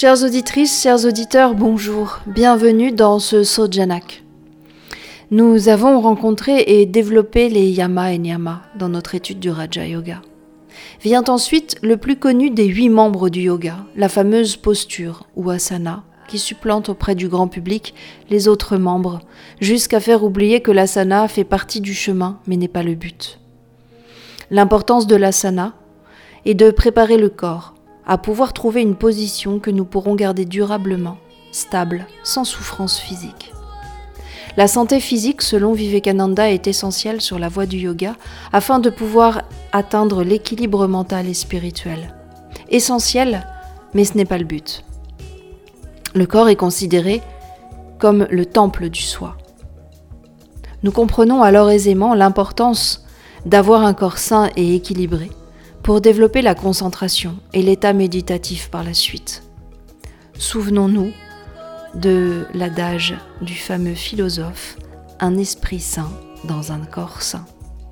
Chères auditrices, chers auditeurs, bonjour. Bienvenue dans ce Sojanak. Nous avons rencontré et développé les Yama et Niyama dans notre étude du Raja Yoga. Vient ensuite le plus connu des 8 membres du yoga, la fameuse posture ou asana, qui supplante auprès du grand public les autres membres, jusqu'à faire oublier que l'asana fait partie du chemin, mais n'est pas le but. L'importance de l'asana est de préparer le corps à pouvoir trouver une position que nous pourrons garder durablement, stable, sans souffrance physique. La santé physique, selon Vivekananda, est essentielle sur la voie du yoga afin de pouvoir atteindre l'équilibre mental et spirituel. Essentiel, mais ce n'est pas le but. Le corps est considéré comme le temple du soi. Nous comprenons alors aisément l'importance d'avoir un corps sain et équilibré pour développer la concentration et l'état méditatif par la suite. Souvenons-nous de l'adage du fameux philosophe « un esprit sain dans un corps sain ».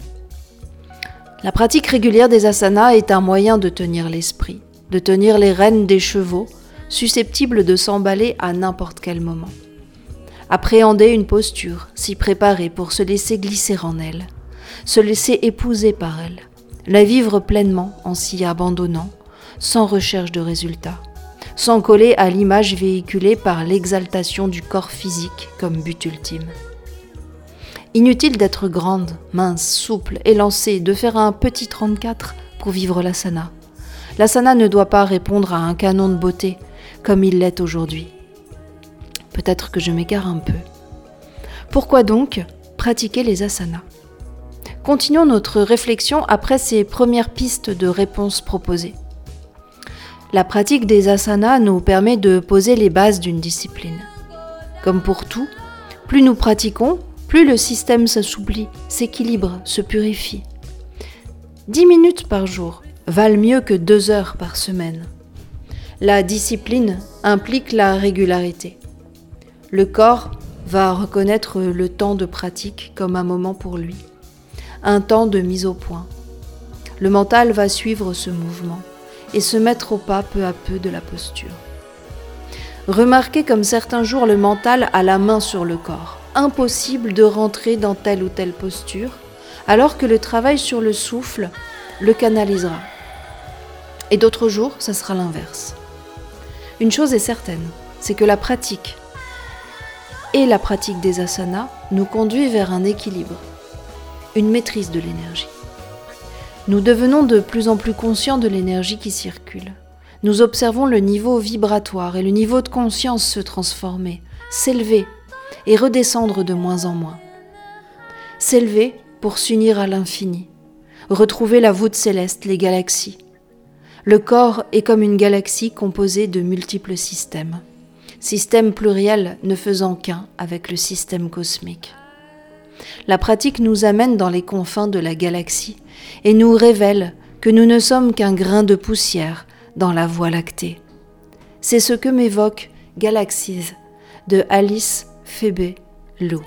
La pratique régulière des asanas est un moyen de tenir l'esprit, de tenir les rênes des chevaux, susceptibles de s'emballer à n'importe quel moment. Appréhender une posture, s'y préparer pour se laisser glisser en elle, se laisser épouser par elle, la vivre pleinement en s'y abandonnant, sans recherche de résultats, sans coller à l'image véhiculée par l'exaltation du corps physique comme but ultime. Inutile d'être grande, mince, souple, élancée, de faire un petit 34 pour vivre l'asana. L'asana ne doit pas répondre à un canon de beauté, comme il l'est aujourd'hui. Peut-être que je m'égare un peu. Pourquoi donc pratiquer les asanas ? Continuons notre réflexion après ces premières pistes de réponses proposées. La pratique des asanas nous permet de poser les bases d'une discipline. Comme pour tout, plus nous pratiquons, plus le système s'assouplit, s'équilibre, se purifie. 10 minutes par jour valent mieux que 2 heures par semaine. La discipline implique la régularité. Le corps va reconnaître le temps de pratique comme un moment pour lui, un temps de mise au point. Le mental va suivre ce mouvement et se mettre au pas peu à peu de la posture. Remarquez comme certains jours le mental a la main sur le corps. Impossible de rentrer dans telle ou telle posture, alors que le travail sur le souffle le canalisera. Et d'autres jours, ça sera l'inverse. Une chose est certaine, c'est que la pratique des asanas nous conduit vers un équilibre, une maîtrise de l'énergie. Nous devenons de plus en plus conscients de l'énergie qui circule. Nous observons le niveau vibratoire et le niveau de conscience se transformer, s'élever et redescendre de moins en moins. S'élever pour s'unir à l'infini, retrouver la voûte céleste, les galaxies. Le corps est comme une galaxie composée de multiples systèmes. Système pluriel ne faisant qu'un avec le système cosmique. La pratique nous amène dans les confins de la galaxie et nous révèle que nous ne sommes qu'un grain de poussière dans la Voie lactée. C'est ce que m'évoque Galaxies de Alice Phebe Lou.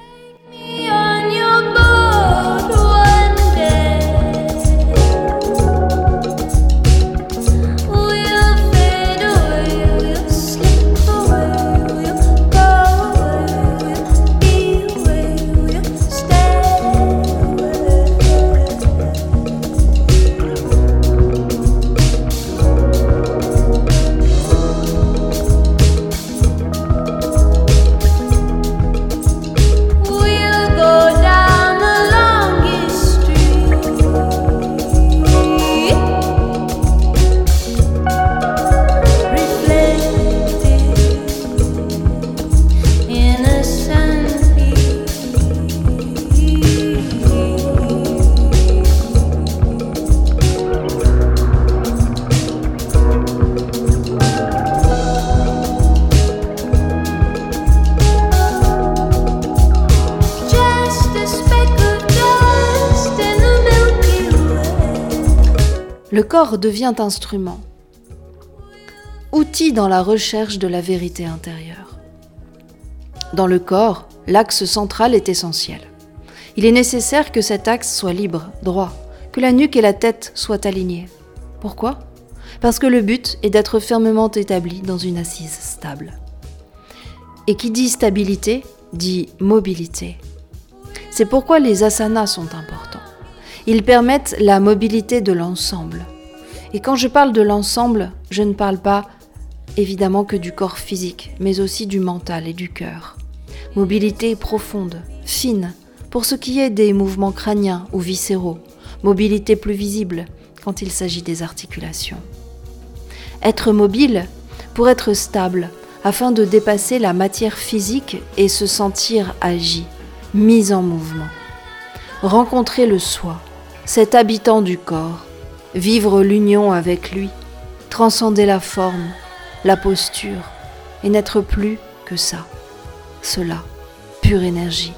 Le corps devient instrument, outil dans la recherche de la vérité intérieure. Dans le corps, l'axe central est essentiel. Il est nécessaire que cet axe soit libre, droit, que la nuque et la tête soient alignées. Pourquoi ? Parce que le but est d'être fermement établi dans une assise stable. Et qui dit stabilité, dit mobilité. C'est pourquoi les asanas sont importants. Ils permettent la mobilité de l'ensemble. Et quand je parle de l'ensemble, je ne parle pas évidemment que du corps physique, mais aussi du mental et du cœur. Mobilité profonde, fine, pour ce qui est des mouvements crâniens ou viscéraux. Mobilité plus visible quand il s'agit des articulations. Être mobile pour être stable, afin de dépasser la matière physique et se sentir agi, mis en mouvement. Rencontrer le soi, cet habitant du corps, vivre l'union avec lui, transcender la forme, la posture, et n'être plus que ça, cela, pure énergie.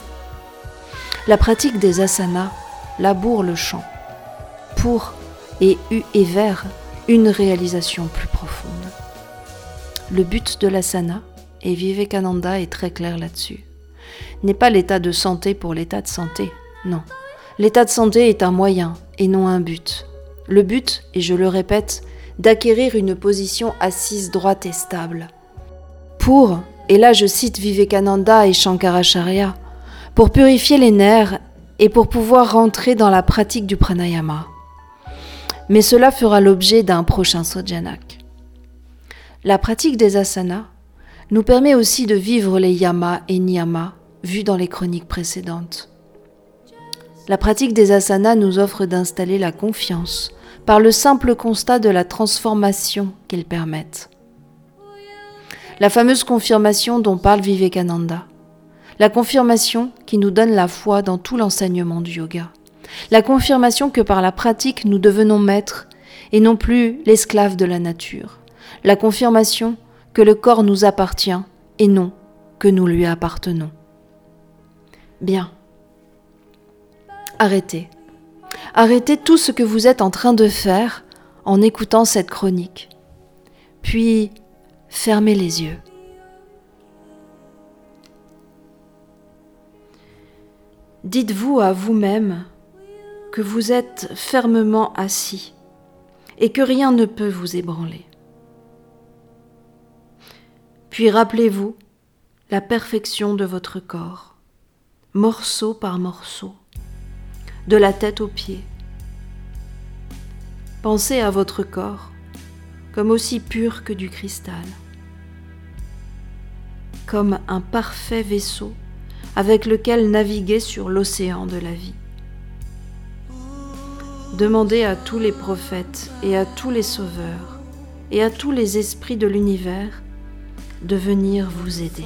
La pratique des asanas laboure le champ, pour et vers une réalisation plus profonde. Le but de l'asana, et Vivekananda est très clair là-dessus, n'est pas l'état de santé pour l'état de santé, non. L'état de santé est un moyen et non un but. Le but, et je le répète, d'acquérir une position assise droite et stable. Pour, et là je cite Vivekananda et Shankaracharya, pour purifier les nerfs et pour pouvoir rentrer dans la pratique du pranayama. Mais cela fera l'objet d'un prochain Sojanak. La pratique des asanas nous permet aussi de vivre les yamas et niyamas vus dans les chroniques précédentes. La pratique des asanas nous offre d'installer la confiance par le simple constat de la transformation qu'ils permettent. La fameuse confirmation dont parle Vivekananda. La confirmation qui nous donne la foi dans tout l'enseignement du yoga. La confirmation que par la pratique nous devenons maîtres et non plus l'esclave de la nature. La confirmation que le corps nous appartient et non que nous lui appartenons. Bien. Arrêtez. Arrêtez tout ce que vous êtes en train de faire en écoutant cette chronique. Puis, fermez les yeux. Dites-vous à vous-même que vous êtes fermement assis et que rien ne peut vous ébranler. Puis rappelez-vous la perfection de votre corps, morceau par morceau, de la tête aux pieds. Pensez à votre corps comme aussi pur que du cristal, comme un parfait vaisseau avec lequel naviguer sur l'océan de la vie. Demandez à tous les prophètes et à tous les sauveurs et à tous les esprits de l'univers de venir vous aider.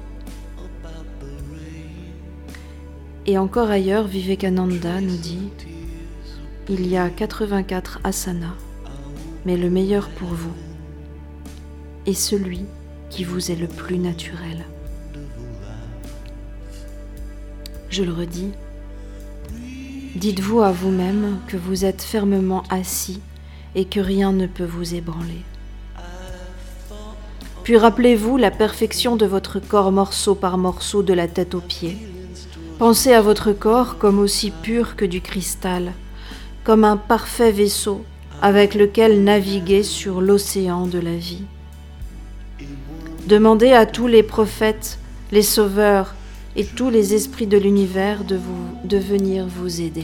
Et encore ailleurs, Vivekananda nous dit « Il y a 84 asanas, mais le meilleur pour vous est celui qui vous est le plus naturel. » Je le redis, dites-vous à vous-même que vous êtes fermement assis et que rien ne peut vous ébranler. Puis rappelez-vous la perfection de votre corps morceau par morceau de la tête aux pieds. Pensez à votre corps comme aussi pur que du cristal, comme un parfait vaisseau avec lequel naviguer sur l'océan de la vie. Demandez à tous les prophètes, les sauveurs et tous les esprits de l'univers de venir vous aider.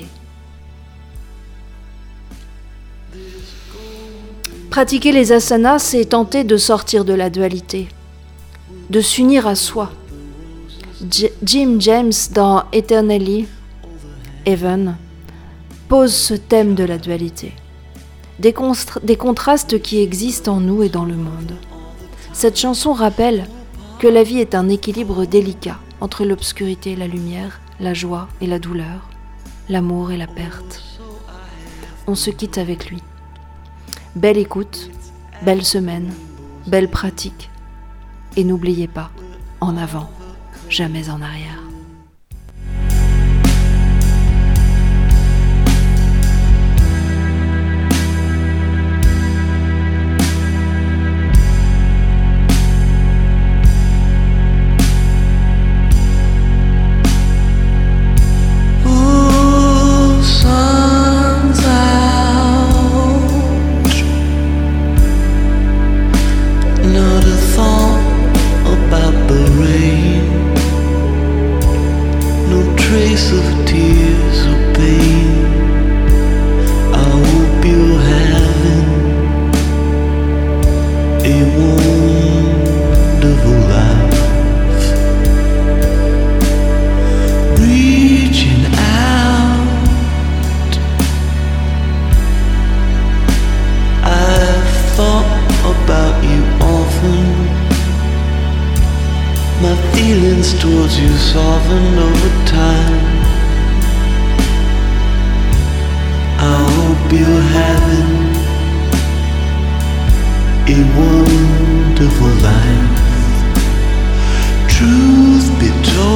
Pratiquer les asanas, c'est tenter de sortir de la dualité, de s'unir à soi. Jim James, dans Eternally Even, pose ce thème de la dualité, des contrastes qui existent en nous et dans le monde. Cette chanson rappelle que la vie est un équilibre délicat entre l'obscurité et la lumière, la joie et la douleur, l'amour et la perte. On se quitte avec lui. Belle écoute, belle semaine, belle pratique. Et n'oubliez pas, en avant, jamais en arrière. My feelings towards you soften over time. I hope you're having a wonderful life. Truth be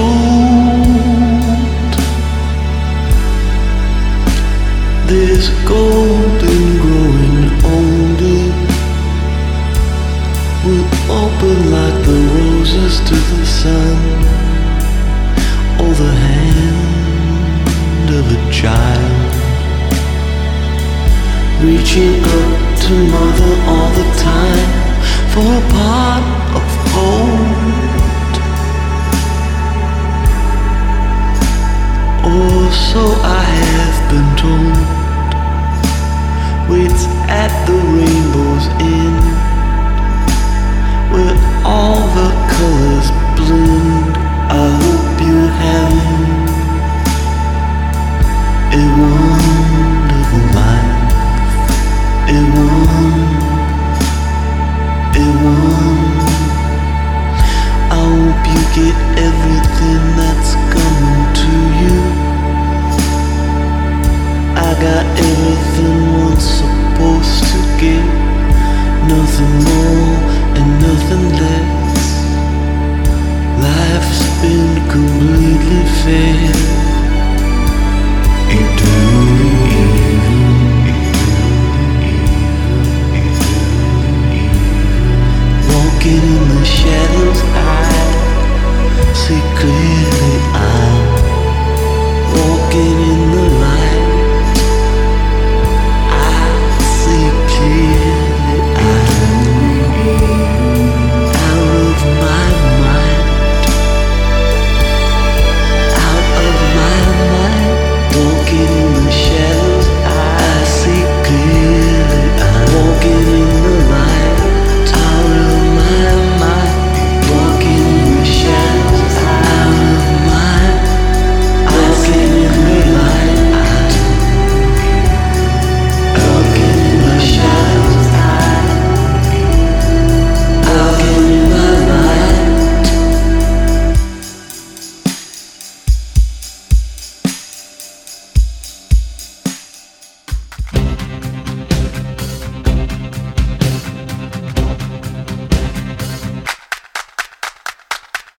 told, there's golden growing older. We'll open like the roses to the sun, or the hand of a child reaching up to mother all the time for a pot of gold. Or so I have been told. Waits at the rainbow's end, where all the colors blend. I hope you're having a wonderful life. A one. I hope you get everything that's coming to you. I got everything one's supposed to get, nothing more and nothing less. Life's been completely fair.